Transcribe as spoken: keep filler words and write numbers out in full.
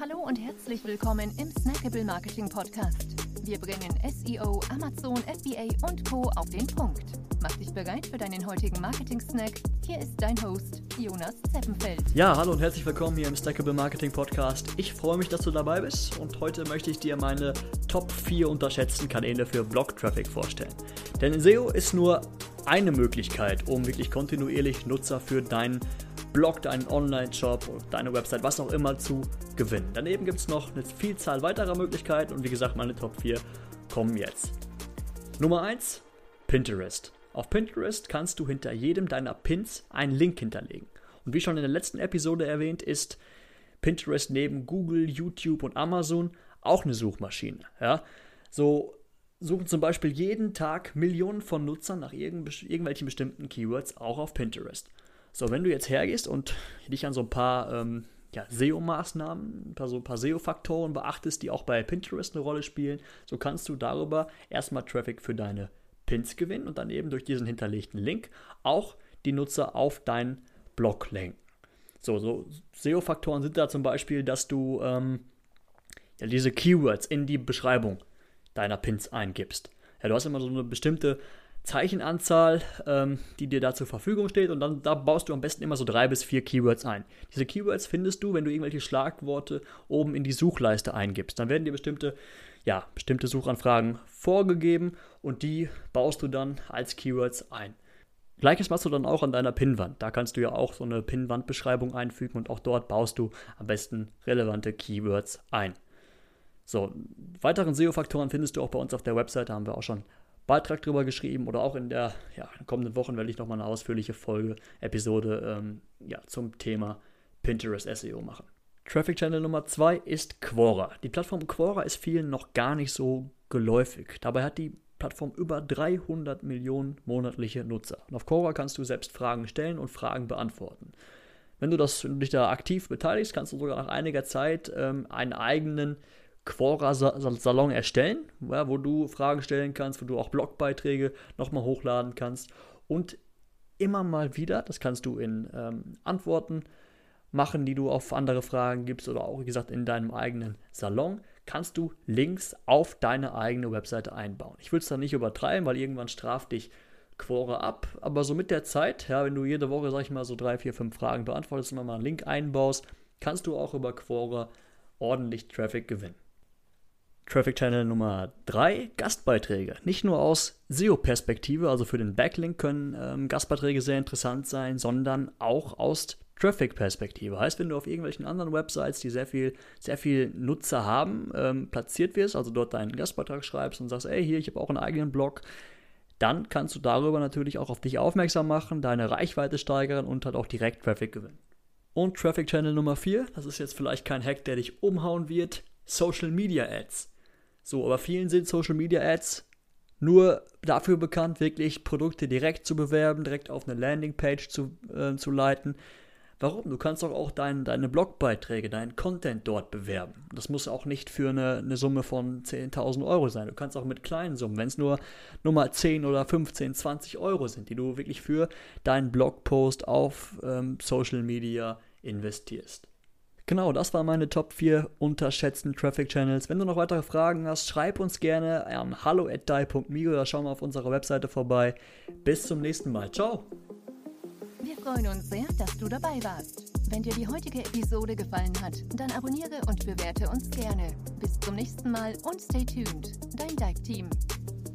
Hallo und herzlich willkommen im Snackable Marketing Podcast. Wir bringen S E O, Amazon, F B A und Co. auf den Punkt. Mach dich bereit für deinen heutigen Marketing-Snack. Hier ist dein Host, Jonas Zeppenfeld. Ja, hallo und herzlich willkommen hier im Snackable Marketing Podcast. Ich freue mich, dass du dabei bist und heute möchte ich dir meine Top vier unterschätzten Kanäle für Blog-Traffic vorstellen. Denn S E O ist nur eine Möglichkeit, um wirklich kontinuierlich Nutzer für deinen Blog, deinen Online-Shop, deine Website, was auch immer zu gewinnen. Daneben gibt es noch eine Vielzahl weiterer Möglichkeiten und wie gesagt, meine Top vier kommen jetzt. Nummer eins, Pinterest. Auf Pinterest kannst du hinter jedem deiner Pins einen Link hinterlegen. Und wie schon in der letzten Episode erwähnt, ist Pinterest neben Google, YouTube und Amazon auch eine Suchmaschine. Ja? So suchen zum Beispiel jeden Tag Millionen von Nutzern nach irgend- irgendwelchen bestimmten Keywords auch auf Pinterest. So, wenn du jetzt hergehst und dich an so ein paar ähm, ja, S E O-Maßnahmen, ein paar, so ein paar S E O-Faktoren beachtest, die auch bei Pinterest eine Rolle spielen, so kannst du darüber erstmal Traffic für deine Pins gewinnen und dann eben durch diesen hinterlegten Link auch die Nutzer auf deinen Blog lenken. So, so S E O-Faktoren sind da zum Beispiel, dass du ähm, ja, diese Keywords in die Beschreibung deiner Pins eingibst. Ja, du hast immer so eine bestimmte Zeichenanzahl, ähm, die dir da zur Verfügung steht und dann da baust du am besten immer so drei bis vier Keywords ein. Diese Keywords findest du, wenn du irgendwelche Schlagworte oben in die Suchleiste eingibst. Dann werden dir bestimmte, ja, bestimmte Suchanfragen vorgegeben und die baust du dann als Keywords ein. Gleiches machst du dann auch an deiner Pinnwand. Da kannst du ja auch so eine Pinnwandbeschreibung einfügen und auch dort baust du am besten relevante Keywords ein. So, weiteren S E O-Faktoren findest du auch bei uns auf der Website, da haben wir auch schon Beitrag drüber geschrieben oder auch in der ja, kommenden Wochen werde ich nochmal eine ausführliche Folge, Episode ähm, ja, zum Thema Pinterest S E O machen. Traffic Channel Nummer zwei ist Quora. Die Plattform Quora ist vielen noch gar nicht so geläufig. Dabei hat die Plattform über dreihundert Millionen monatliche Nutzer. Und auf Quora kannst du selbst Fragen stellen und Fragen beantworten. Wenn du, das, wenn du dich da aktiv beteiligst, kannst du sogar nach einiger Zeit ähm, einen eigenen Quora-Salon erstellen, ja, wo du Fragen stellen kannst, wo du auch Blogbeiträge nochmal hochladen kannst und immer mal wieder, das kannst du in ähm, Antworten machen, die du auf andere Fragen gibst oder auch, wie gesagt, in deinem eigenen Salon, kannst du Links auf deine eigene Webseite einbauen. Ich will es da nicht übertreiben, weil irgendwann straft dich Quora ab, aber so mit der Zeit, ja, wenn du jede Woche, sag ich mal, so drei, vier, fünf Fragen beantwortest und mal einen Link einbaust, kannst du auch über Quora ordentlich Traffic gewinnen. Traffic Channel Nummer drei, Gastbeiträge. Nicht nur aus S E O-Perspektive, also für den Backlink können ähm, Gastbeiträge sehr interessant sein, sondern auch aus Traffic-Perspektive. Heißt, wenn du auf irgendwelchen anderen Websites, die sehr viel, sehr viel Nutzer haben, ähm, platziert wirst, also dort deinen Gastbeitrag schreibst und sagst, ey, hier, ich habe auch einen eigenen Blog, dann kannst du darüber natürlich auch auf dich aufmerksam machen, deine Reichweite steigern und halt auch direkt Traffic gewinnen. Und Traffic Channel Nummer vier, das ist jetzt vielleicht kein Hack, der dich umhauen wird, Social Media Ads. So, aber vielen sind Social Media Ads nur dafür bekannt, wirklich Produkte direkt zu bewerben, direkt auf eine Landingpage zu, äh, zu leiten. Warum? Du kannst doch auch dein, deine Blogbeiträge, deinen Content dort bewerben. Das muss auch nicht für eine, eine Summe von zehntausend Euro sein. Du kannst auch mit kleinen Summen, wenn es nur, nur mal zehn oder fünfzehn, zwanzig Euro sind, die du wirklich für deinen Blogpost auf ähm, Social Media investierst. Genau, das waren meine Top vier unterschätzten Traffic Channels. Wenn du noch weitere Fragen hast, schreib uns gerne an hallo at dai punkt me oder schau mal auf unserer Webseite vorbei. Bis zum nächsten Mal. Ciao! Wir freuen uns sehr, dass du dabei warst. Wenn dir die heutige Episode gefallen hat, dann abonniere und bewerte uns gerne. Bis zum nächsten Mal und stay tuned. Dein Dive Team.